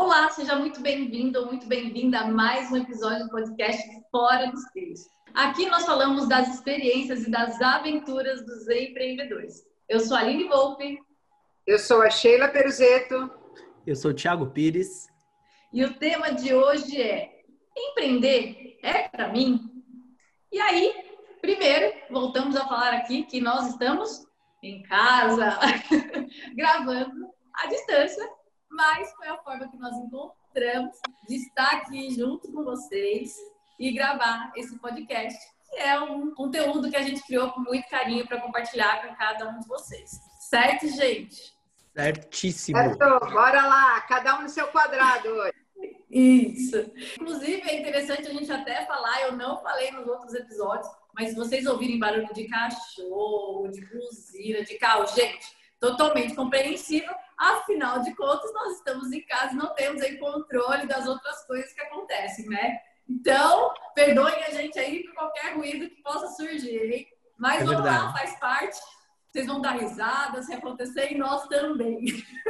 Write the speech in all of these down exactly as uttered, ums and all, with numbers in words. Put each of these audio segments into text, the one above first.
Olá, seja muito bem-vindo ou muito bem-vinda a mais um episódio do podcast Fora dos Trilhos. Aqui nós falamos das experiências e das aventuras dos empreendedores. Eu sou a Aline Volpe. Eu sou a Sheila Peruzetto. Eu sou o Thiago Pires. E o tema de hoje é: empreender é para mim? E aí, primeiro, voltamos a falar aqui que nós estamos em casa, gravando à distância, mas foi a forma que nós encontramos de estar aqui junto com vocês e gravar esse podcast, que é um conteúdo que a gente criou com muito carinho para compartilhar com cada um de vocês. Certo, gente? Certíssimo. Certo, bora lá, cada um no seu quadrado hoje. Isso. Inclusive, é interessante a gente até falar, eu não falei nos outros episódios, mas se vocês ouvirem barulho de cachorro, de buzina, de carro, gente, totalmente compreensível. Afinal de contas, nós estamos em casa e não temos aí controle das outras coisas que acontecem, né? Então, perdoem a gente aí por qualquer ruído que possa surgir, hein? Mas é vamos verdade. lá, faz parte. Vocês vão dar risada se acontecer e nós também.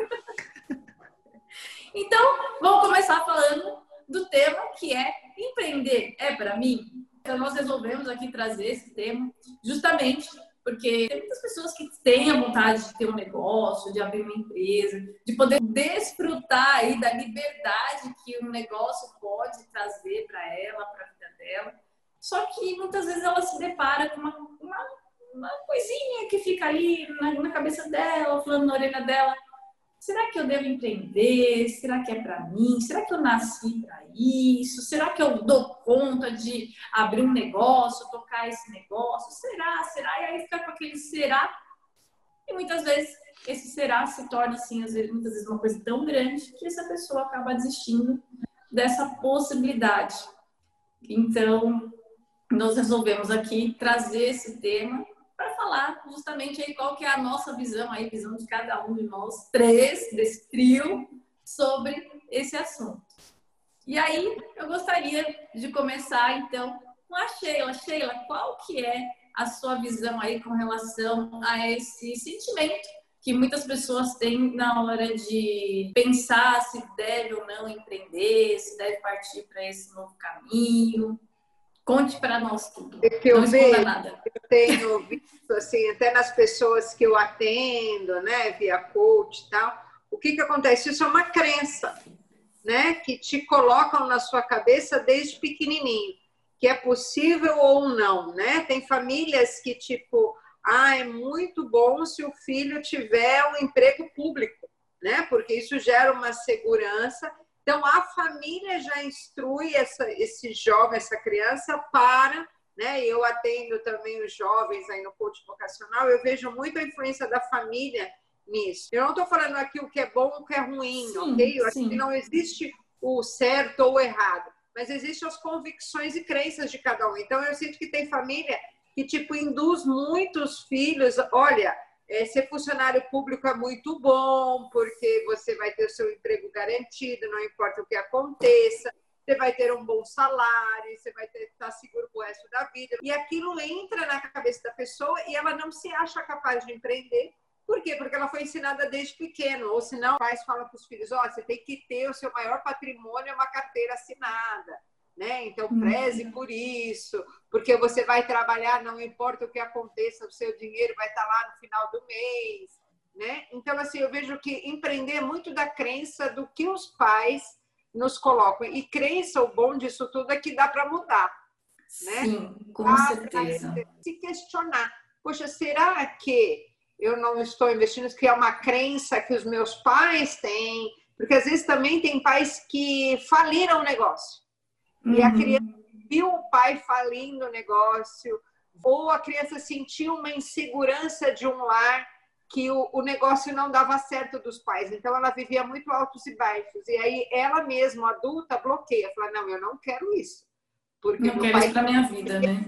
Então, vamos começar falando do tema que é empreender é para mim? Então, nós resolvemos aqui trazer esse tema justamente porque tem muitas pessoas que têm a vontade de ter um negócio, de abrir uma empresa, de poder desfrutar aí da liberdade que um negócio pode trazer para ela, para a vida dela. Só que muitas vezes ela se depara com uma, uma, uma coisinha que fica ali na, na cabeça dela, falando na orelha dela: será que eu devo empreender? Será que é para mim? Será que eu nasci para isso? Será que eu dou conta de abrir um negócio, tocar esse negócio? Será? Será? E aí fica com aquele será. E muitas vezes esse será se torna, assim, às vezes, muitas vezes uma coisa tão grande que essa pessoa acaba desistindo dessa possibilidade. Então, nós resolvemos aqui trazer esse tema para falar justamente aí qual que é a nossa visão, aí, visão de cada um de nós três, desse trio, sobre esse assunto. E aí, eu gostaria de começar, então, com a Sheila. Sheila, qual que é a sua visão aí com relação a esse sentimento que muitas pessoas têm na hora de pensar se deve ou não empreender, se deve partir para esse novo caminho? Conte para nós tudo. É que eu não esconda vejo, nada. Eu tenho visto, assim, até nas pessoas que eu atendo, né, via coach e tal, o que que acontece? Isso é uma crença, né, que te colocam na sua cabeça desde pequenininho, que é possível ou não, né? Tem famílias que, tipo, ah, é muito bom se o filho tiver um emprego público, né? Porque isso gera uma segurança. Então, a família já instrui essa, esse jovem, essa criança para, né? Eu atendo também os jovens aí no coach vocacional, eu vejo muito a influência da família nisso. Eu não estou falando aqui o que é bom ou o que é ruim, sim, ok? Eu acho que não existe o certo ou o errado, mas existem as convicções e crenças de cada um. Então, eu sinto que tem família que, tipo, induz muitos filhos, olha, é, ser funcionário público é muito bom, porque você vai ter o seu emprego garantido, não importa o que aconteça, você vai ter um bom salário, você vai ter, estar seguro pro resto da vida. E aquilo entra na cabeça da pessoa e ela não se acha capaz de empreender. Por quê? Porque ela foi ensinada desde pequeno. Ou senão, os pais falam para os filhos: ó, oh, você tem que ter o seu maior patrimônio, é uma carteira assinada, né? Então, preze por isso, porque você vai trabalhar, não importa o que aconteça, o seu dinheiro vai estar lá no final do mês, né? Então, assim, eu vejo que empreender é muito da crença do que os pais nos colocam. E crença, o bom disso tudo é que dá para mudar, né? Sim, com dá certeza. Se questionar: poxa, será que eu não estou investindo? Que é uma crença que os meus pais têm, porque às vezes também tem pais que faliram o negócio. Uhum. E a criança viu o pai falindo o negócio, ou a criança sentiu uma insegurança de um lar que o, o negócio não dava certo dos pais. Então ela vivia muito altos e baixos. E aí ela mesma, adulta, bloqueia. Fala: não, eu não quero isso. Porque não quero isso para minha vida, né?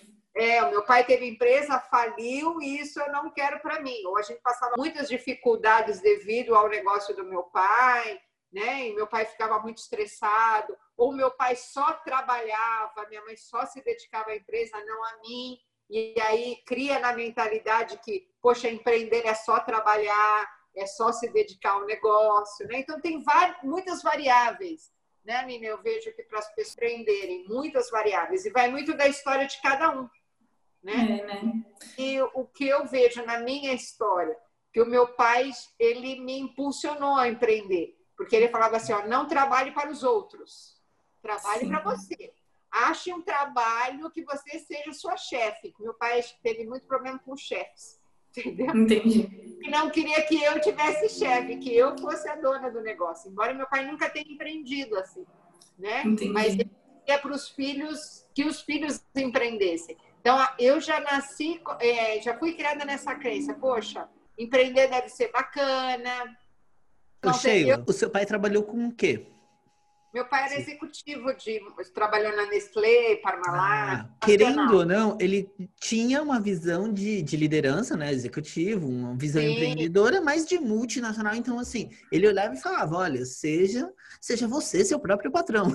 É, o meu pai teve empresa, faliu, e isso eu não quero para mim. Ou a gente passava muitas dificuldades devido ao negócio do meu pai, né? E meu pai ficava muito estressado. Ou meu pai só trabalhava, minha mãe só se dedicava à empresa, não a mim. E aí cria na mentalidade que, poxa, empreender é só trabalhar. é só se dedicar ao negócio, né? Então, tem várias, muitas variáveis, né, Nina? Eu vejo que para as pessoas aprenderem, muitas variáveis, e vai muito da história de cada um, né? É, né? E o que eu vejo na minha história, que o meu pai, ele me impulsionou a empreender, porque ele falava assim, ó, não trabalhe para os outros, trabalhe para você. Ache um trabalho que você seja sua chefe. Meu pai teve muito problema com chefes, entendeu? Entendi. E não queria que eu tivesse chefe, que eu fosse a dona do negócio. Embora meu pai nunca tenha empreendido assim, né? Entendi. Mas ele queria para os filhos, que os filhos empreendessem. Então, eu já nasci, é, já fui criada nessa crença. Poxa, empreender deve ser bacana. Ô, Sheila, eu... o seu pai trabalhou com o quê? Meu pai era Sim. executivo, de, trabalhou na Nestlé, Parmalat. Ah, querendo ou não, ele tinha uma visão de, de liderança, né? Executivo, uma visão Sim. empreendedora, mas de multinacional. Então, assim, ele olhava e falava, olha, seja, seja você seu próprio patrão.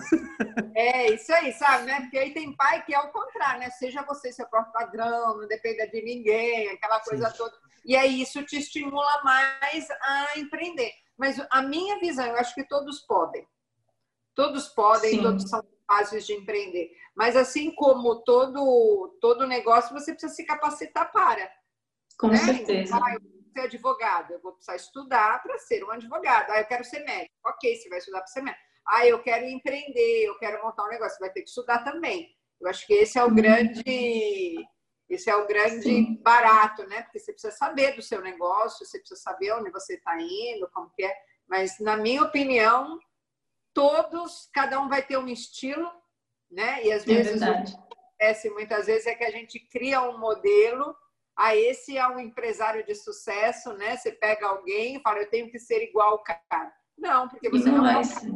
É, isso aí, sabe, né? Porque aí tem pai que é o contrário, né? Seja você seu próprio padrão, não dependa de ninguém, aquela coisa Sim. toda. E aí isso te estimula mais a empreender. Mas a minha visão, eu acho que todos podem. Todos podem, Sim. todos são capazes de empreender. Mas assim como todo, todo negócio, você precisa se capacitar para. Com né? certeza. Ah, eu vou ser advogado, eu vou precisar estudar para ser um advogado. Ah, eu quero ser médico. Ok, você vai estudar para ser médico. Ah, eu quero empreender, eu quero montar um negócio. Você vai ter que estudar também. Eu acho que esse é o hum. grande... Esse é o grande Sim. barato, né? Porque você precisa saber do seu negócio, você precisa saber onde você está indo, como que é. Mas, na minha opinião... Todos, cada um vai ter um estilo, né? E às vezes, é o que acontece muitas vezes é que a gente cria um modelo, ah, esse é um empresário de sucesso, né? Você pega alguém e fala, eu tenho que ser igual ao cara. Não, porque você não, não vai é o ser. cara.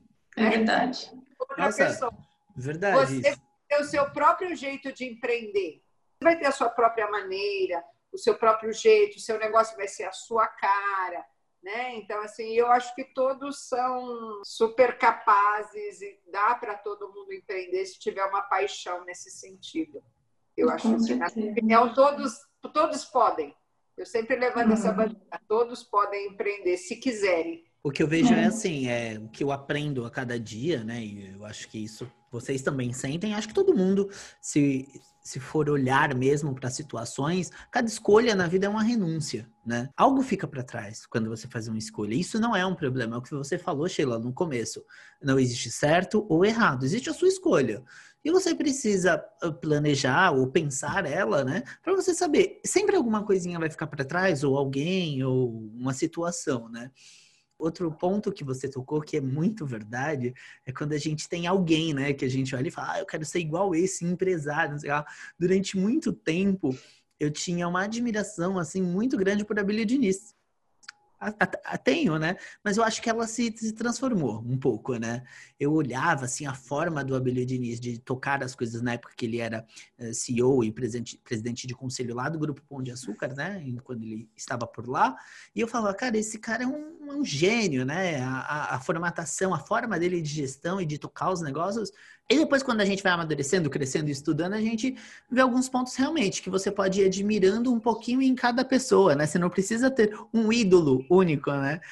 É né? verdade. Outra Nossa, pessoa. verdade. Você vai ter o seu próprio jeito de empreender. Você vai ter a sua própria maneira, o seu próprio jeito, o seu negócio vai ser a sua cara. Né? Então, assim, eu acho que todos são super capazes e dá para todo mundo empreender se tiver uma paixão nesse sentido. Eu acho que, na minha opinião, todos, todos podem. Eu sempre levanto uhum. essa bandeira. Todos podem empreender, se quiserem. O que eu vejo é assim, é o que eu aprendo a cada dia, né? E eu acho que isso vocês também sentem. Acho que todo mundo, se, se for olhar mesmo para situações, cada escolha na vida é uma renúncia, né? Algo fica para trás quando você faz uma escolha. Isso não é um problema. É o que você falou, Sheila, no começo. Não existe certo ou errado. Existe a sua escolha. E você precisa planejar ou pensar ela, né? Para você saber. Sempre alguma coisinha vai ficar para trás, ou alguém, ou uma situação, né? Outro ponto que você tocou, que é muito verdade, é quando a gente tem alguém, né? Que a gente olha e fala, ah, eu quero ser igual esse empresário, não sei lá. Durante muito tempo, eu tinha uma admiração, assim, muito grande por Abílio Diniz. A, a, a, tenho, né? Mas eu acho que ela se, se transformou um pouco, né? Eu olhava, assim, a forma do Abílio Diniz de tocar as coisas na época que ele era uh, C E O e presidente, presidente de conselho lá do Grupo Pão de Açúcar, né? Quando ele estava por lá. E eu falava, cara, esse cara é um, um gênio, né? A, a, a formatação, a forma dele de gestão e de tocar os negócios. E depois, quando a gente vai amadurecendo, crescendo e estudando, a gente vê alguns pontos realmente que você pode ir admirando um pouquinho em cada pessoa, né? Você não precisa ter um ídolo único, né?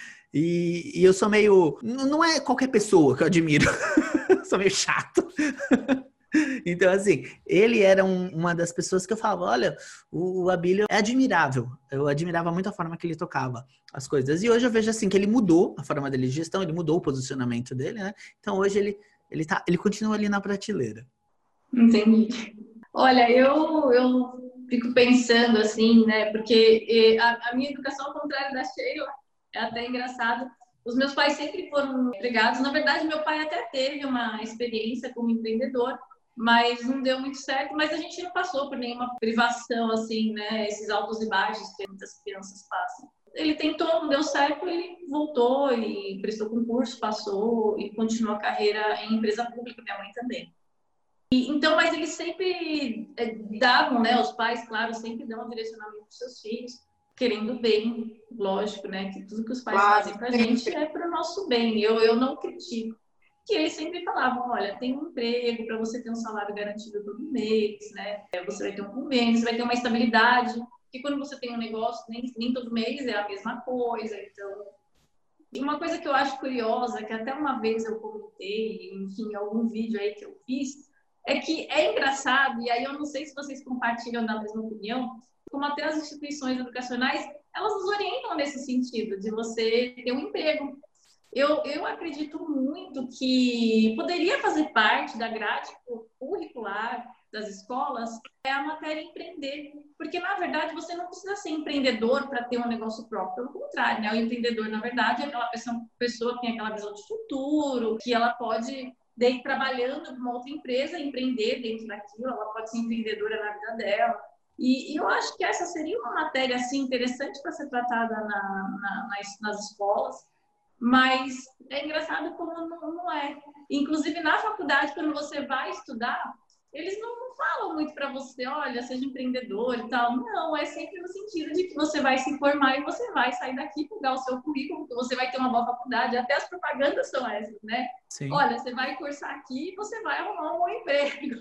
E, e eu sou meio... Não é qualquer pessoa que eu admiro. Sou meio chato. Então, assim, ele era um, uma das pessoas que eu falava, olha, o, o Abílio é admirável. Eu admirava muito a forma que ele tocava as coisas. E hoje eu vejo, assim, que ele mudou a forma dele de gestão, ele mudou o posicionamento dele, né? Então, hoje ele... Ele, tá, ele continua ali na prateleira. Entendi. Olha, eu, eu fico pensando assim, né? Porque a, a minha educação, ao contrário da Sheila, é até engraçado. Os meus pais sempre foram empregados. Na verdade, meu pai até teve uma experiência como empreendedor, mas não deu muito certo. Mas a gente não passou por nenhuma privação, assim, né? Esses altos e baixos que muitas crianças passam. Ele tentou, não deu certo, ele voltou e prestou concurso, passou e continuou a carreira em empresa pública, minha mãe também. E, então, mas eles sempre é, davam, né, os pais, claro, sempre dão um direcionamento para os seus filhos, querendo bem, lógico, né, que tudo que os pais claro, fazem para a gente é para o nosso bem, eu, eu não critico. Que eles sempre falavam, olha, tem um emprego para você ter um salário garantido todo mês, né, você vai ter um convênio, você vai ter uma estabilidade. Porque quando você tem um negócio, nem, nem todo mês é a mesma coisa. Então, e uma coisa que eu acho curiosa, que até uma vez eu comentei, enfim, em algum vídeo aí que eu fiz, é que é engraçado, e aí eu não sei se vocês compartilham da mesma opinião, como até as instituições educacionais, elas nos orientam nesse sentido, de você ter um emprego. Eu, eu acredito muito que poderia fazer parte da grade curricular das escolas é a matéria empreender. Porque, na verdade, você não precisa ser empreendedor para ter um negócio próprio. Pelo contrário, né? O empreendedor, na verdade, é aquela pessoa, pessoa que tem aquela visão de futuro, que ela pode, daí, trabalhando para uma outra empresa, empreender dentro daquilo, ela pode ser empreendedora na vida dela. E, e eu acho que essa seria uma matéria assim, interessante para ser tratada na, na, nas, nas escolas. Mas é engraçado como não, não é. Inclusive, na faculdade, quando você vai estudar, eles não, não falam muito para você, olha, seja empreendedor e tal. Não, é sempre no sentido de que você vai se formar e você vai sair daqui, pegar o seu currículo, que você vai ter uma boa faculdade. Até as propagandas são essas, né? Sim. Olha, você vai cursar aqui e você vai arrumar um bom emprego.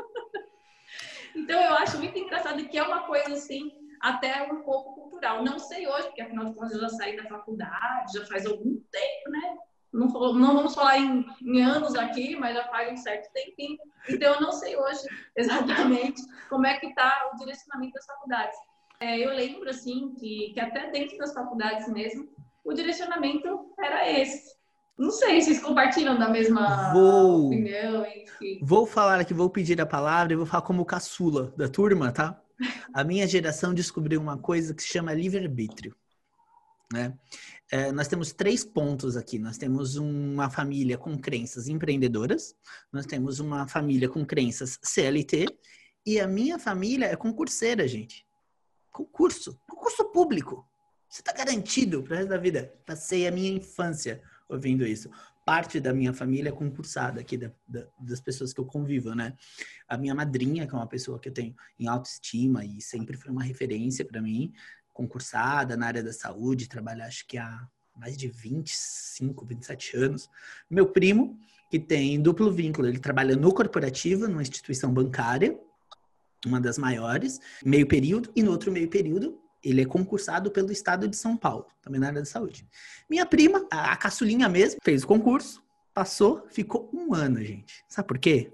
Então, eu acho muito engraçado que é uma coisa assim, até um pouco cultural. Não sei hoje, porque afinal de contas eu já saí da faculdade, já faz algum tempo, né? Não, não vamos falar em, em anos aqui, mas já faz um certo tempinho. Então, eu não sei hoje exatamente como é que está o direcionamento das faculdades. É, eu lembro, assim, que, que até dentro das faculdades mesmo, o direcionamento era esse. Não sei se vocês compartilham da mesma vou, opinião, enfim. Vou falar aqui, vou pedir a palavra e vou falar como caçula da turma, tá? A minha geração descobriu uma coisa que se chama livre-arbítrio, né? É, nós temos três pontos aqui. Nós temos uma família com crenças empreendedoras, nós temos uma família com crenças C L T e a minha família é concurseira, gente. Concurso, concurso público. Você está garantido para o resto da vida. Passei a minha infância ouvindo isso. Parte da minha família é concursada aqui, da, da, das pessoas que eu convivo, né? A minha madrinha, que é uma pessoa que eu tenho em autoestima e sempre foi uma referência para mim, concursada na área da saúde, trabalha acho que há mais de vinte e cinco, vinte e sete anos. Meu primo, que tem duplo vínculo, ele trabalha no corporativo, numa instituição bancária, uma das maiores, meio período, e no outro meio período, ele é concursado pelo estado de São Paulo, também na área da saúde. Minha prima, a, a caçulinha mesmo, fez o concurso, passou, ficou um ano, gente. Sabe por quê?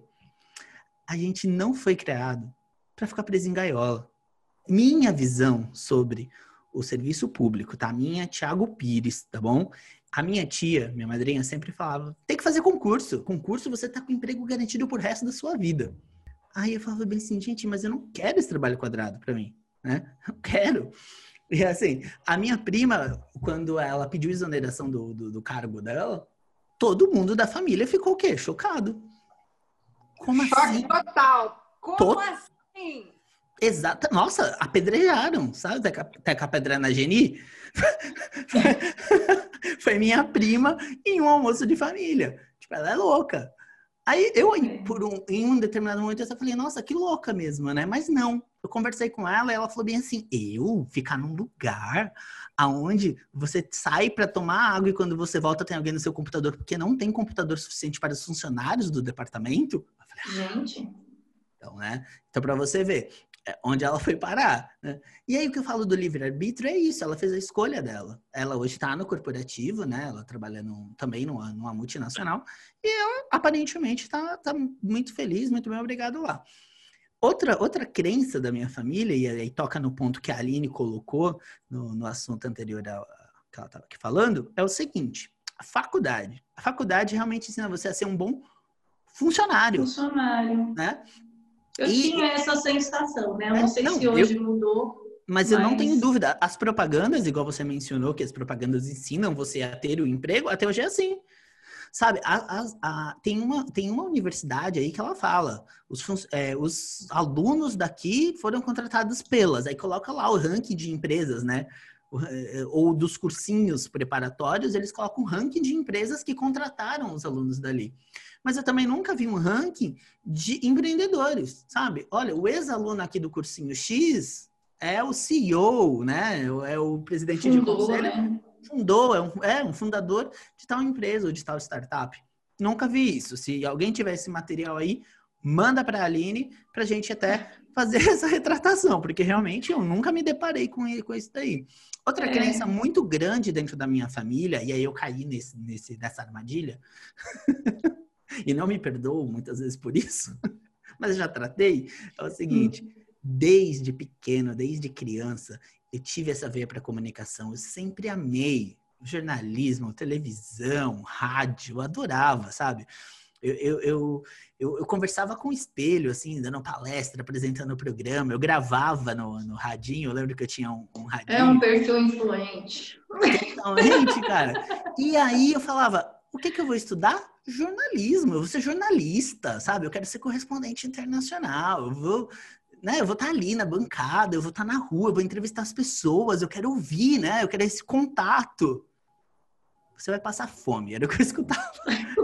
A gente não foi criado para ficar preso em gaiola. Minha visão sobre o serviço público, tá? Minha Thiago Pires, tá bom? A minha tia, minha madrinha, sempre falava, tem que fazer concurso. Concurso, você tá com emprego garantido pro resto da sua vida. Aí eu falava bem assim, gente, mas eu não quero esse trabalho quadrado pra mim, né? Eu quero. E assim, a minha prima, quando ela pediu exoneração do, do, do cargo dela, todo mundo da família ficou o quê? Chocado. Como Choque assim? total. Como Tot... assim? Exato. Nossa, apedrejaram, sabe? Até com a pedra na Geni. Foi minha prima em um almoço de família. Tipo, ela é louca. Aí eu, por um, em um determinado momento, eu só falei, nossa, que louca mesmo, né? Mas não. Eu conversei com ela e ela falou bem assim, eu ficar num lugar aonde você sai para tomar água e quando você volta tem alguém no seu computador porque não tem computador suficiente para os funcionários do departamento? Eu falei, ah, gente. Então, né? Então, para você ver onde ela foi parar, né? E aí, o que eu falo do livre-arbítrio é isso, ela fez a escolha dela. Ela hoje está no corporativo, né? Ela trabalha no, também numa, numa multinacional e ela, aparentemente, está tá muito feliz, muito bem obrigado lá. Outra, outra crença da minha família, e aí toca no ponto que a Aline colocou no, no assunto anterior ao, que ela estava aqui falando, é o seguinte, a faculdade. A faculdade realmente ensina você a ser um bom funcionário. Funcionário. Né? Eu e, tinha essa sensação, né? Eu é, não sei não, se hoje eu, mudou. Mas, mas eu não tenho dúvida. As propagandas, igual você mencionou, que as propagandas ensinam você a ter o emprego, até hoje é assim. Sabe, a, a, a, tem, uma, tem uma universidade aí que ela fala, os, é, os alunos daqui foram contratados pelas, aí coloca lá o ranking de empresas, né? Ou dos cursinhos preparatórios, eles colocam o ranking de empresas que contrataram os alunos dali. Mas eu também nunca vi um ranking de empreendedores, sabe? Olha, o ex-aluno aqui do cursinho X é o C E O, né? É o presidente Fundou, de conselho. Né? Fundou, é um, é um fundador de tal empresa ou de tal startup. Nunca vi isso. Se alguém tiver esse material aí, manda para a Aline para a gente até fazer essa retratação, porque realmente eu nunca me deparei com, com isso daí. Outra É. crença muito grande dentro da minha família, e aí eu caí nesse, nesse, nessa armadilha, e não me perdoo muitas vezes por isso, mas já tratei, é o seguinte, hum. desde pequeno, desde criança, eu tive essa veia para comunicação, eu sempre amei jornalismo, televisão, rádio, eu adorava, sabe? Eu, eu, eu, eu, eu conversava com o espelho, assim, dando palestra, apresentando o programa. Eu gravava no, no radinho. Eu lembro que eu tinha um, um radinho. É um perfil influente. Totalmente, cara. E aí eu falava, o que que eu vou estudar? Jornalismo. Eu vou ser jornalista, sabe? Eu quero ser correspondente internacional. Eu vou, né? Eu vou estar ali na bancada, eu vou estar na rua, eu vou entrevistar as pessoas. Eu quero ouvir, né? Eu quero esse contato. Você vai passar fome. Era o que eu escutava.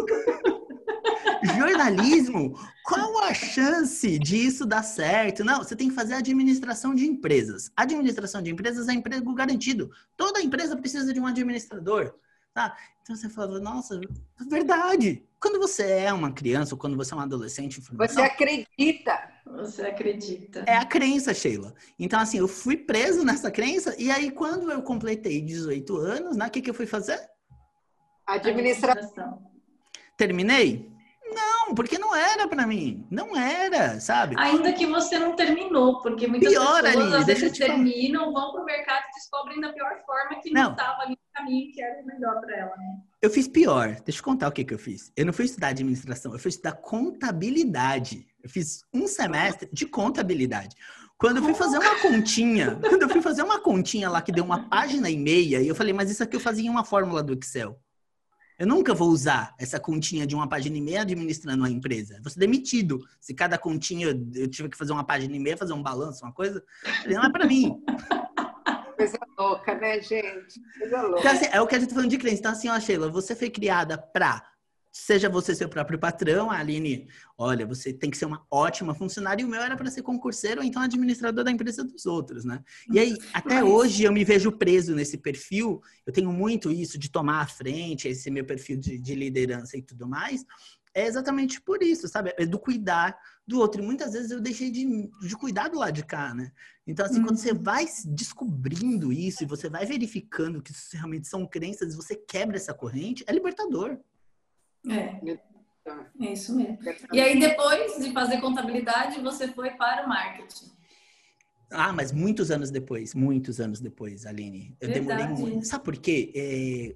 Jornalismo, qual a chance disso dar certo? Não, você tem que fazer administração de empresas. Administração de empresas é emprego garantido. Toda empresa precisa de um administrador. Tá? Então você falava, nossa, verdade. Quando você é uma criança ou quando você é um adolescente... Você acredita. Você acredita. É a crença, Sheila. Então, assim, eu fui preso nessa crença e aí quando eu completei dezoito anos, né, o que, que eu fui fazer? Administração. Terminei? Não, porque não era pra mim. Não era, sabe? Ainda que você não terminou, porque muitas Pior, pessoas Aline, às vezes te falar. terminam, vão pro mercado e descobrem da pior forma que não estava ali no caminho que era o melhor para ela, né? Eu fiz pior. Deixa eu contar o que, que eu fiz. Eu não fui estudar administração, eu fui estudar contabilidade. Eu fiz um semestre de contabilidade. Quando eu fui fazer uma continha, quando eu fui fazer uma continha lá que deu uma página e meia, e eu falei, mas isso aqui eu fazia em uma fórmula do Excel. Eu nunca vou usar essa continha de uma página e meia administrando uma empresa. Vou ser demitido. Se cada continha eu tiver que fazer uma página e meia, fazer um balanço, uma coisa, não é para mim. Coisa louca, né, gente? Coisa louca. Então, assim, é o que a gente tá falando de crença. Então, assim, ó, Sheila, você foi criada para... Seja você seu próprio patrão, a Aline, olha, você tem que ser uma ótima funcionária, e o meu era para ser concurseiro ou então administrador da empresa dos outros, né? E aí, até Mas... hoje eu me vejo preso nesse perfil, eu tenho muito isso de tomar a frente, esse meu perfil de, de liderança e tudo mais, é exatamente por isso, sabe? É do cuidar do outro. E muitas vezes eu deixei de, de cuidar do lado de cá, né? Então, assim, hum. quando você vai descobrindo isso e você vai verificando que isso realmente são crenças, você quebra essa corrente, é libertador. É, é isso mesmo. E aí, depois de fazer contabilidade, você foi para o marketing. Ah, mas muitos anos depois, muitos anos depois, Aline. Eu Verdade. demorei muito. Sabe por quê? É...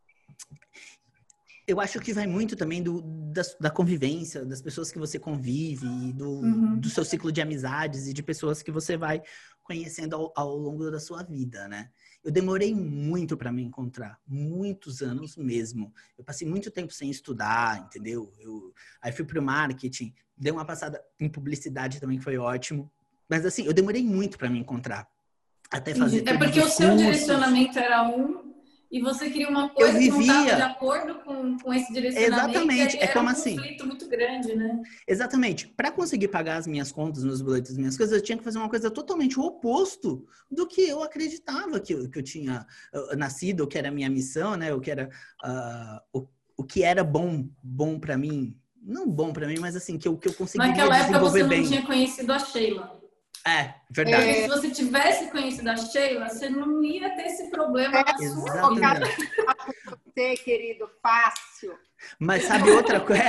Eu acho que vai muito também do, da, da convivência, das pessoas que você convive, do, uhum. do seu ciclo de amizades e de pessoas que você vai conhecendo ao, ao longo da sua vida, né? Eu demorei muito para me encontrar, muitos anos mesmo. Eu passei muito tempo sem estudar, entendeu? Eu, aí fui para o marketing, dei uma passada em publicidade também, que foi ótimo. Mas assim, eu demorei muito para me encontrar. Até fazer É porque o seu cursos. direcionamento era um e você queria uma coisa eu vivia... que não estava de acordo com, com esse direcionamento. Exatamente, é como um assim. Um conflito muito grande, né? Exatamente. Para conseguir pagar as minhas contas, meus boletos, as minhas coisas, eu tinha que fazer uma coisa totalmente o oposto do que eu acreditava que eu, que eu tinha uh, nascido, o que era a minha missão, né? O que era, uh, o, o que era bom, bom para mim. Não bom para mim, mas assim, que eu, que eu conseguiria Naquela época você não bem. tinha conhecido a Sheila. É, verdade. Porque se você tivesse conhecido a Sheila, você não ia ter esse problema é, na sua vida. Você, querido, fácil. Mas sabe outra coisa?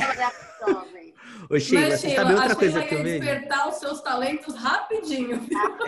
Ô, Sheila, Mas, você Sheila, sabe outra a coisa Sheila que eu vejo? despertar os seus talentos rapidinho.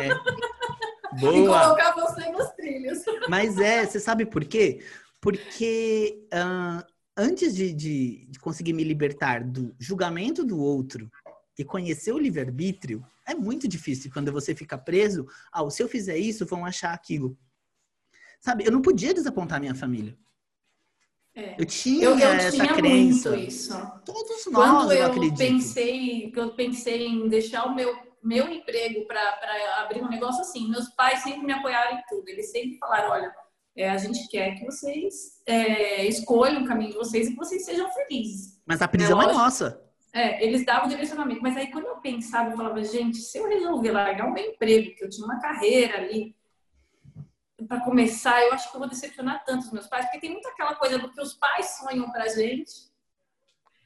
É. Boa. E colocar você nos trilhos. Mas é, você sabe por quê? Porque uh, antes de, de, de conseguir me libertar do julgamento do outro e conhecer o livre-arbítrio, é muito difícil quando você fica preso. Ah, se eu fizer isso, vão achar aquilo. Sabe, eu não podia desapontar minha família. É. Eu tinha eu, eu essa tinha crença. Muito isso. Todos nós, Quando eu, eu acredito. pensei, eu pensei em deixar o meu, meu emprego para abrir um negócio assim, meus pais sempre me apoiaram em tudo. Eles sempre falaram, olha, é, a gente quer que vocês é, escolham o caminho de vocês e que vocês sejam felizes. Mas a prisão é, é nossa. É, eles davam direcionamento. Mas aí quando eu pensava, eu falava, gente, se eu resolver largar o meu emprego, que eu tinha uma carreira ali, para começar, eu acho que eu vou decepcionar tanto os meus pais, porque tem muito aquela coisa do que os pais sonham pra gente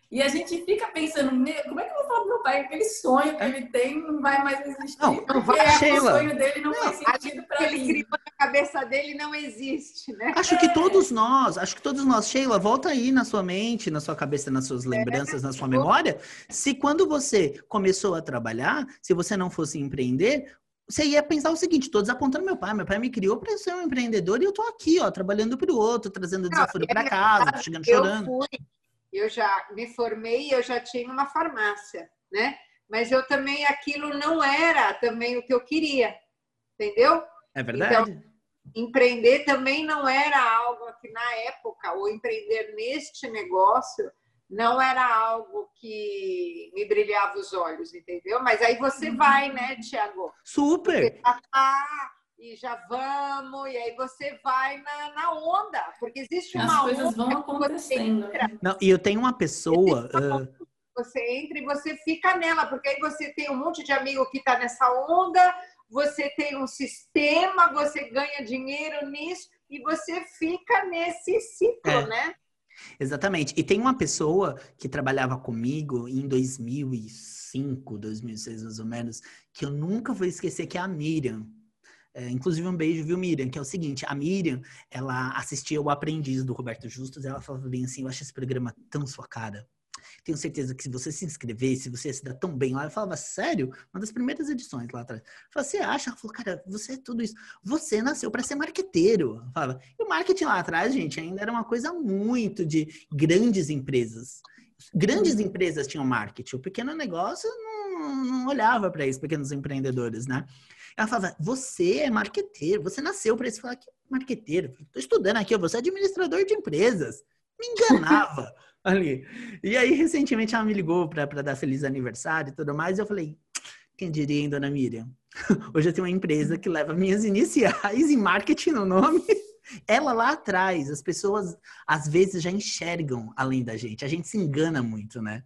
E a gente fica pensando, como é que eu vou falar pro meu pai que aquele sonho que ele tem não vai mais existir? Não, porque vai, é, Sheila. o sonho dele não, não faz sentido para mim. Ele criou na cabeça dele não existe, né? Acho é. que todos nós, acho que todos nós, Sheila, volta aí na sua mente, na sua cabeça, nas suas lembranças, é. na sua memória, se quando você começou a trabalhar, se você não fosse empreender, você ia pensar o seguinte, tô desapontando meu pai, meu pai me criou para ser um empreendedor e eu tô aqui, ó, trabalhando pro outro, trazendo desaforo para casa, tô chegando eu chorando. Fui. Eu já me formei e eu já tinha uma farmácia, né? Mas eu também, aquilo não era também o que eu queria, entendeu? É verdade. Então, empreender também não era algo que na época, ou empreender neste negócio, não era algo que me brilhava os olhos, entendeu? Mas aí você vai, né, Tiago? Super! Você tá lá, e já vamos, e aí você vai na, na onda, porque existe uma As coisas onda vão acontecendo. Não, e eu tenho uma pessoa... Uh... Você entra e você fica nela, porque aí você tem um monte de amigo que está nessa onda, você tem um sistema, você ganha dinheiro nisso, e você fica nesse ciclo, é. né? Exatamente. E tem uma pessoa que trabalhava comigo em dois mil e cinco, dois mil e seis, mais ou menos, que eu nunca vou esquecer, que é a Miriam. É, inclusive, um beijo, viu, Miriam? Que é o seguinte, a Miriam, ela assistia o Aprendiz do Roberto Justus e ela falava bem assim, eu acho esse programa tão sua cara. Tenho certeza que se você se inscrevesse, você ia se dar tão bem lá. Eu falava, sério? Uma das primeiras edições lá atrás. Eu falava, você acha? Ela falou, cara, você é tudo isso. Você nasceu para ser marqueteiro. Eu falava, e o marketing lá atrás, gente, ainda era uma coisa muito de grandes empresas. Grandes empresas tinham marketing. O pequeno negócio não, não olhava para isso, pequenos empreendedores, né? Ela falava, você é marqueteiro, você nasceu para isso. Eu falava, que marqueteiro? Estou estudando aqui, você é administrador de empresas. Me enganava ali. E aí, recentemente, ela me ligou para dar feliz aniversário e tudo mais. E eu falei, quem diria, hein, dona Miriam? Hoje eu tenho uma empresa que leva minhas iniciais em marketing no nome. Ela lá atrás, as pessoas às vezes já enxergam além da gente. A gente se engana muito, né?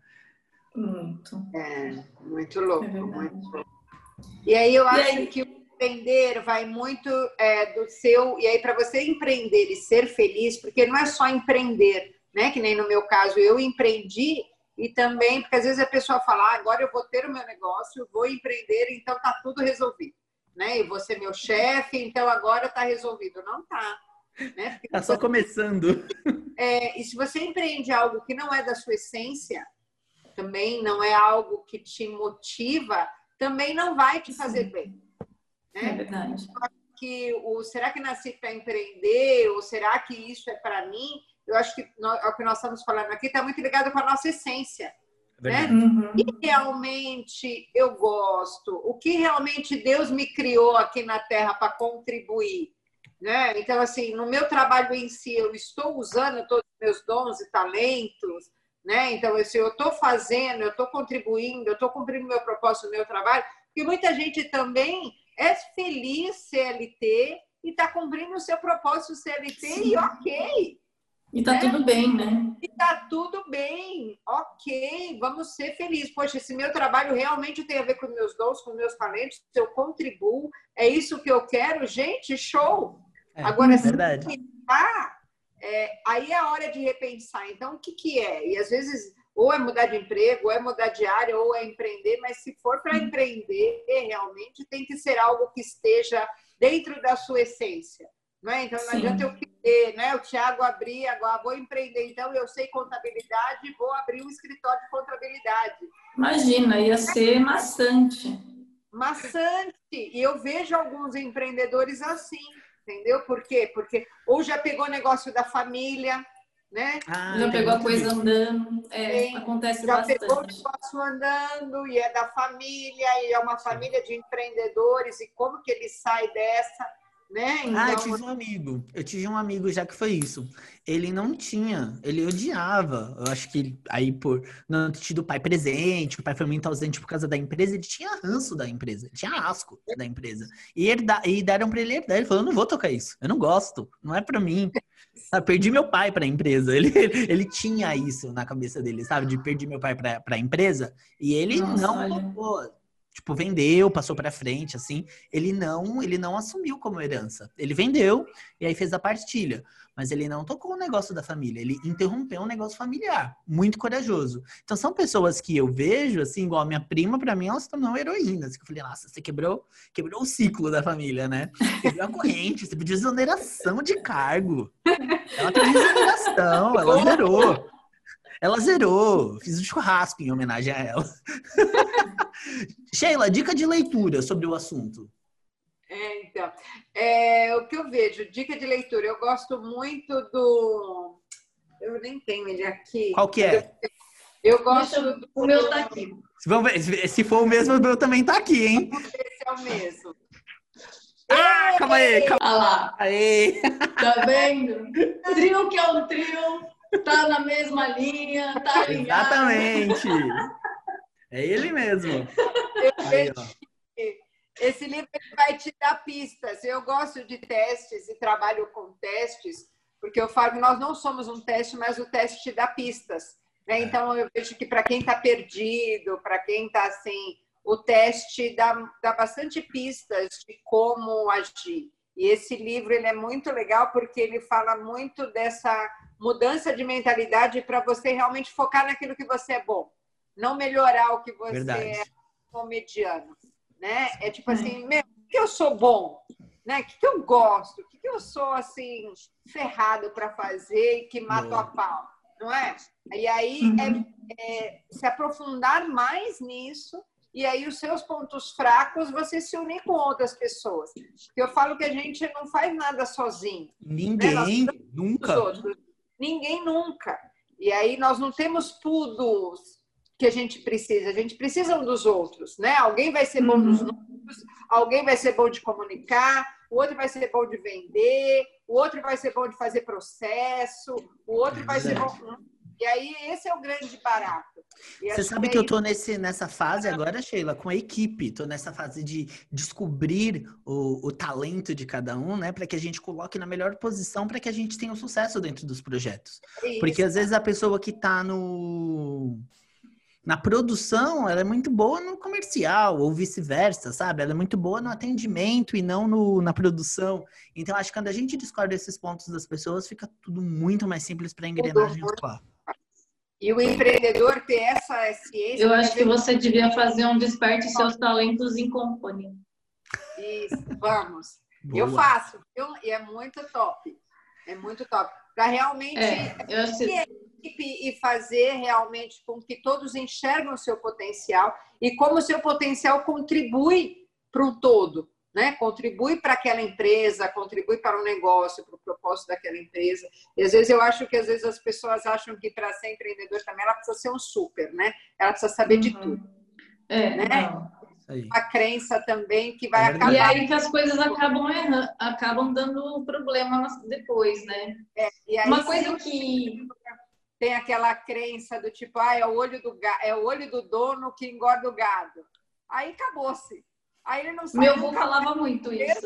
Muito. É, muito louco, é muito louco. E aí eu acho aí? que o empreender vai muito é, do seu... E aí para você empreender e ser feliz, porque não é só empreender, né? Que nem no meu caso, eu empreendi e também, porque às vezes a pessoa fala, ah, agora eu vou ter o meu negócio, vou empreender, então tá tudo resolvido, né? E vou ser meu chefe, então agora tá resolvido. Não tá, né? Porque tá só você... começando. É, e se você empreende algo que não é da sua essência, também não é algo que te motiva, também não vai te fazer Sim. bem. Né? É verdade. Que o, será que nasci para empreender? Ou será que isso é para mim? Eu acho que nós, o que nós estamos falando aqui está muito ligado com a nossa essência. É né? Uhum. O que realmente eu gosto? O que realmente Deus me criou aqui na Terra para contribuir? Né? Então, assim, no meu trabalho em si, eu estou usando todos os meus dons e talentos, né? Então, assim, eu estou fazendo, eu estou contribuindo, eu estou cumprindo meu propósito no meu trabalho, porque muita gente também é feliz C L T e está cumprindo o seu propósito C L T Sim. e ok. E tá né? tudo bem, né? E tá tudo bem, ok, vamos ser felizes. Poxa, esse meu trabalho realmente tem a ver com meus dons, com meus talentos, eu contribuo, é isso que eu quero, gente, show! É, Agora, é verdade. se tá, é, aí é a hora de repensar. Então, o que que é? E às vezes, ou é mudar de emprego, ou é mudar de área, ou é empreender, mas se for para empreender, realmente tem que ser algo que esteja dentro da sua essência. Não é? Então, não Sim. adianta eu querer, né? O Thiago abrir, agora vou empreender, então eu sei contabilidade, vou abrir um escritório de contabilidade. Imagina, ia ser maçante. Maçante. E eu vejo alguns empreendedores assim, entendeu? Por quê? Porque ou já pegou o negócio da família, né? Ah, já pegou a coisa isso. andando. É, Sim, acontece já bastante. Já pegou o negócio andando e é da família, e é uma família de empreendedores, e como que ele sai dessa... Né? Então... Ah, eu tive um amigo. Eu tive um amigo já que foi isso. Ele não tinha, ele odiava. Eu acho que ele, aí por não ter tido o pai presente, o pai foi muito ausente por causa da empresa, ele tinha ranço da empresa, ele tinha asco da empresa. E, herda, e deram pra ele herdar. Ele falou, eu não vou tocar isso, eu não gosto, não é pra mim. Eu perdi meu pai pra empresa. Ele, ele tinha isso na cabeça dele, sabe? De perder meu pai pra, pra empresa. E ele Nossa, não tocou. tipo, vendeu, passou pra frente, assim. Ele não, ele não assumiu como herança. Ele vendeu e aí fez a partilha. Mas ele não tocou o negócio da família. Ele interrompeu um negócio familiar. Muito corajoso. Então, são pessoas que eu vejo, assim, igual a minha prima, pra mim, elas se tornaram heroínas. Eu falei, nossa, você quebrou, quebrou o ciclo da família, né? Quebrou a corrente, você pediu exoneração de cargo. Ela pediu exoneração, ela zerou. Ela zerou. Fiz um churrasco em homenagem a ela. Sheila, dica de leitura sobre o assunto. É, então, é, o que eu vejo, dica de leitura, eu gosto muito do... Eu nem tenho ele aqui. Qual que é? Eu, eu gosto Deixa, do... O meu tá aqui. Vamos ver, se for o mesmo, o meu também tá aqui, hein? Esse é o mesmo. Ah, calma aí, calma Olha lá. aí. Tá vendo? Trio que é um trio, tá na mesma linha, tá ligado. Exatamente. É ele mesmo. Eu Aí, vejo ó. que esse livro ele vai te dar pistas. Eu gosto de testes e trabalho com testes, porque eu falo que nós não somos um teste, mas o teste te dá pistas, né? Então, eu vejo que para quem está perdido, para quem está assim, o teste dá, dá bastante pistas de como agir. E esse livro ele é muito legal porque ele fala muito dessa mudança de mentalidade para você realmente focar naquilo que você é bom. Não melhorar o que você Verdade. é como mediano, né? É tipo assim, meu, o que eu sou bom, né? O que eu gosto, o que eu sou assim ferrado para fazer e que mato Boa. a pau, não é? E aí Uhum. é, é se aprofundar mais nisso e aí os seus pontos fracos você se unir com outras pessoas. Porque eu falo que a gente não faz nada sozinho. Ninguém, né? nunca. Outros. Ninguém nunca. E aí nós não temos tudo que a gente precisa. A gente precisa um dos outros, né? Alguém vai ser bom Uhum. nos números, alguém vai ser bom de comunicar, o outro vai ser bom de vender, o outro vai ser bom de fazer processo, o outro É vai ser verdade. bom... E aí esse é o grande barato. E Você acho sabe que que eu aí... tô nesse, nessa fase agora, Sheila, com a equipe. Tô nessa fase de descobrir o, o talento de cada um, né? Para que a gente coloque na melhor posição para que a gente tenha o sucesso dentro dos projetos. é Porque isso. às vezes a pessoa que tá no... Na produção, ela é muito boa no comercial, ou vice-versa, sabe? Ela é muito boa no atendimento e não no, na produção. Então, acho que quando a gente discorda esses pontos das pessoas, fica tudo muito mais simples para a engrenagem atuar. E o empreendedor ter essa ciência... Eu acho que você devia fazer um desperte seus talentos em company. Isso, vamos. Boa. Eu faço, viu? E é muito top. É muito top. Para realmente É, eu acho que... equipe e fazer realmente com que todos enxergam o seu potencial e como o seu potencial contribui para o todo, né? Contribui para aquela empresa, contribui para o negócio, para o propósito daquela empresa. E às vezes eu acho que às vezes as pessoas acham que para ser empreendedor também ela precisa ser um super, né? Ela precisa saber de Uhum. tudo. É, né? não. Aí. A crença também que vai É acabar. E aí que as coisas acabam errando, acabam dando problema depois, né? É, e aí, Uma coisa se que... tem aquela crença do tipo, ah, é o olho do ga... é o olho do dono que engorda o gado. Aí acabou-se. Aí ele não sabe. Meu avô falava muito isso.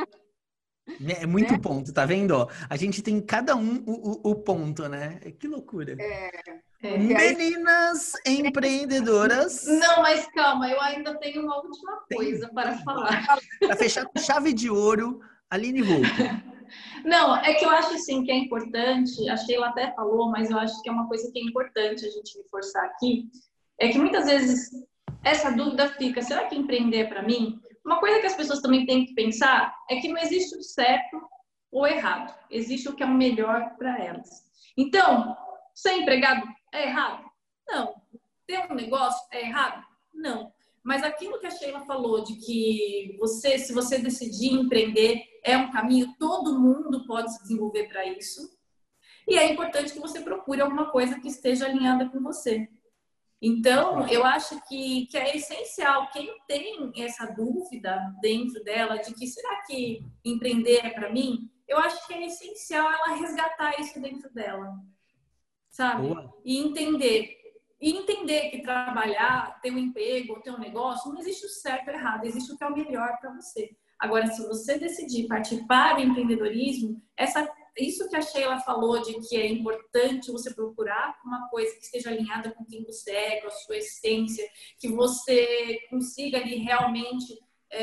É muito Né? ponto, tá vendo? Ó, a gente tem cada um o, o, o ponto, né? Que loucura. É, É. Meninas empreendedoras. Não, mas calma, eu ainda tenho uma última coisa Tem? para falar. Para fechar com chave de ouro, Aline Volpe. Não, é que eu acho assim que é importante, a Sheila até falou, mas eu acho que é uma coisa que é importante a gente reforçar aqui, é que muitas vezes essa dúvida fica, será que empreender é para mim? Uma coisa que as pessoas também têm que pensar é que não existe o certo ou errado, existe o que é o melhor para elas. Então, ser empregado é errado? Não. Ter um negócio é errado? Não. Mas aquilo que a Sheila falou de que você, se você decidir empreender, é um caminho, todo mundo pode se desenvolver para isso. E é importante que você procure alguma coisa que esteja alinhada com você. Então, eu acho que, que é essencial, quem tem essa dúvida dentro dela de que será que empreender é para mim? Eu acho que é essencial ela resgatar isso dentro dela, sabe? Boa. E entender. E entender que trabalhar, ter um emprego, ter um negócio, não existe o certo ou errado, existe o que é o melhor para você. Agora, se você decidir partir para o empreendedorismo, essa isso que a Sheila falou de que é importante você procurar uma coisa que esteja alinhada com quem você é, com a sua essência, que você consiga ali realmente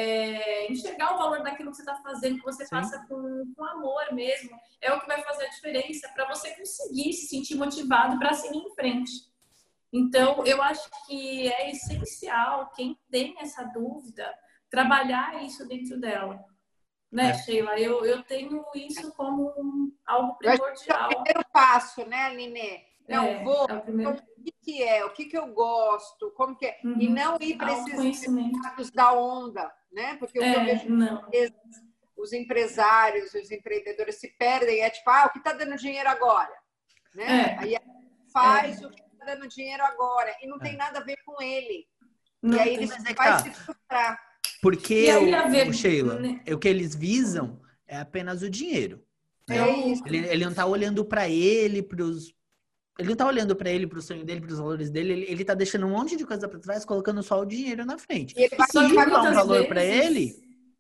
é, enxergar o valor daquilo que você está fazendo, que você Sim. faça com, com amor mesmo, é o que vai fazer a diferença para você conseguir se sentir motivado para seguir em frente. Então, eu acho que é essencial quem tem essa dúvida trabalhar isso dentro dela. Né, é. Sheila? Eu, eu tenho isso como um, algo primordial. É o primeiro passo, né, Aline? Não, é, vou. É o, primeiro... O que, que é? O que, que eu gosto? Como que é? Uhum. E não ir para esses mercados da onda, né? Porque o é, que eu vejo não. os empresários, os empreendedores se perdem. É tipo, ah, o que está dando dinheiro agora? Né? É. Aí faz é. o que está dando dinheiro agora. E não é. tem nada a ver com ele. Não e aí ele é vai tá. se frustrar. Porque o, ver... o Sheila, o que eles visam é apenas o dinheiro. Né? É isso. Ele, ele não tá olhando para ele, pros... ele não tá olhando para ele, pro sonho dele, pros valores dele. Ele, ele tá deixando um monte de coisa para trás, colocando só o dinheiro na frente. E ele vai se dar um valor vezes... para ele.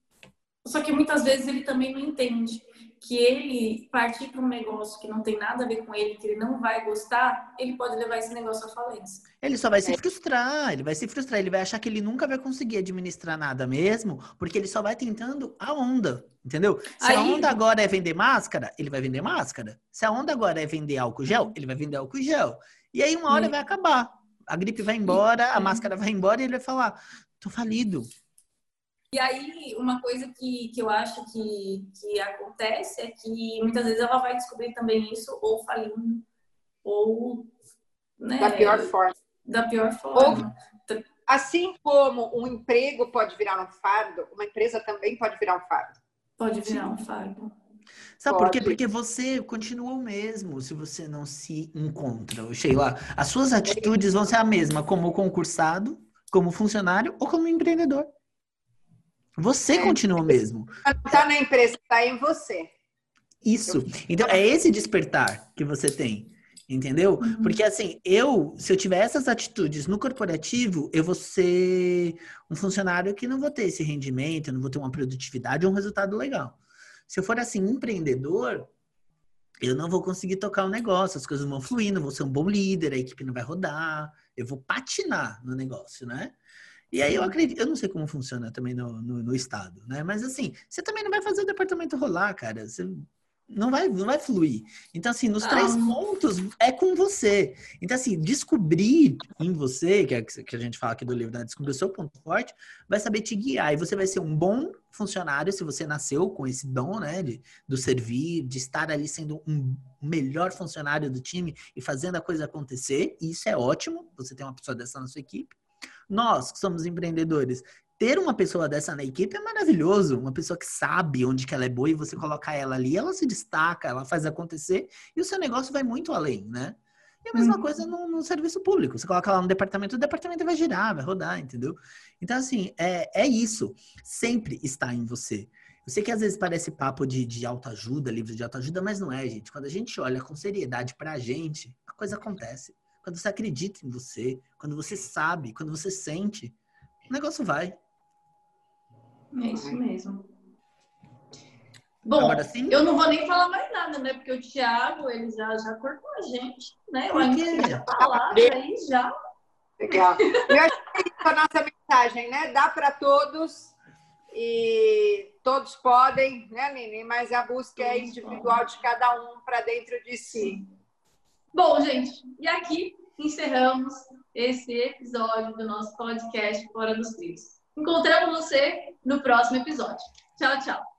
Só que muitas vezes ele também não entende que ele partir para um negócio que não tem nada a ver com ele, que ele não vai gostar, ele pode levar esse negócio à falência. Ele só vai se frustrar, ele vai se frustrar, ele vai achar que ele nunca vai conseguir administrar nada mesmo, porque ele só vai tentando a onda, entendeu? Se Aí... a onda agora é vender máscara, ele vai vender máscara. Se a onda agora é vender álcool gel, ele vai vender álcool gel. E aí uma hora Sim. vai acabar. A gripe vai embora, a máscara vai embora e ele vai falar, tô falido. E aí, uma coisa que, que eu acho que, que acontece é que muitas vezes ela vai descobrir também isso ou falindo, ou... Né, da pior forma. Da pior forma. Ou, assim como um emprego pode virar um fardo, uma empresa também pode virar um fardo. Pode virar um fardo. Sabe por quê? Porque você continua o mesmo se você não se encontra. Sheila, as suas atitudes vão ser a mesma como concursado, como funcionário ou como empreendedor. Você é. continua o mesmo. Não está na empresa, está em você. Isso. Então, é esse despertar que você tem. Entendeu? Uhum. Porque assim, eu, se eu tiver essas atitudes no corporativo, eu vou ser um funcionário que não vou ter esse rendimento, eu não vou ter uma produtividade ou um resultado legal. Se eu for assim, empreendedor, eu não vou conseguir tocar o negócio, as coisas não vão fluir, não vou ser um bom líder, a equipe não vai rodar, eu vou patinar no negócio, né? E aí eu acredito, eu não sei como funciona também no, no, no estado, né? Mas assim, você também não vai fazer o departamento rolar, cara. Você não vai, não vai fluir. Então, assim, nos ah. três pontos é com você. Então, assim, descobrir em você, que é que a gente fala aqui do livro, né? Descobrir o seu ponto forte, vai saber te guiar. E você vai ser um bom funcionário se você nasceu com esse dom, né? De, do servir, de estar ali sendo um melhor funcionário do time e fazendo a coisa acontecer. E isso é ótimo, você ter uma pessoa dessa na sua equipe. Nós, que somos empreendedores, ter uma pessoa dessa na equipe é maravilhoso. Uma pessoa que sabe onde que ela é boa e você colocar ela ali, ela se destaca, ela faz acontecer e o seu negócio vai muito além, né? E a mesma hum. coisa no, no serviço público. Você coloca lá no departamento, o departamento vai girar, vai rodar, entendeu? Então, assim, é, é isso. Sempre está em você. Eu sei que às vezes parece papo de, de autoajuda, livro de autoajuda, mas não é, gente. Quando a gente olha com seriedade pra gente, a coisa acontece. Quando você acredita em você, quando você sabe, quando você sente, o negócio vai. É isso mesmo. Bom, eu não vou nem falar mais nada, né? Porque o Thiago, ele já, já cortou a gente, né? Eu ainda tenho a palavra aí já. Legal. Eu acho que é a nossa mensagem, né? Dá para todos e todos podem, né, Nini? Mas a busca todos é individual podem. De cada um para dentro de si. Bom, gente, e aqui encerramos esse episódio do nosso podcast Fora dos Trilhos. Encontramos você no próximo episódio. Tchau, tchau.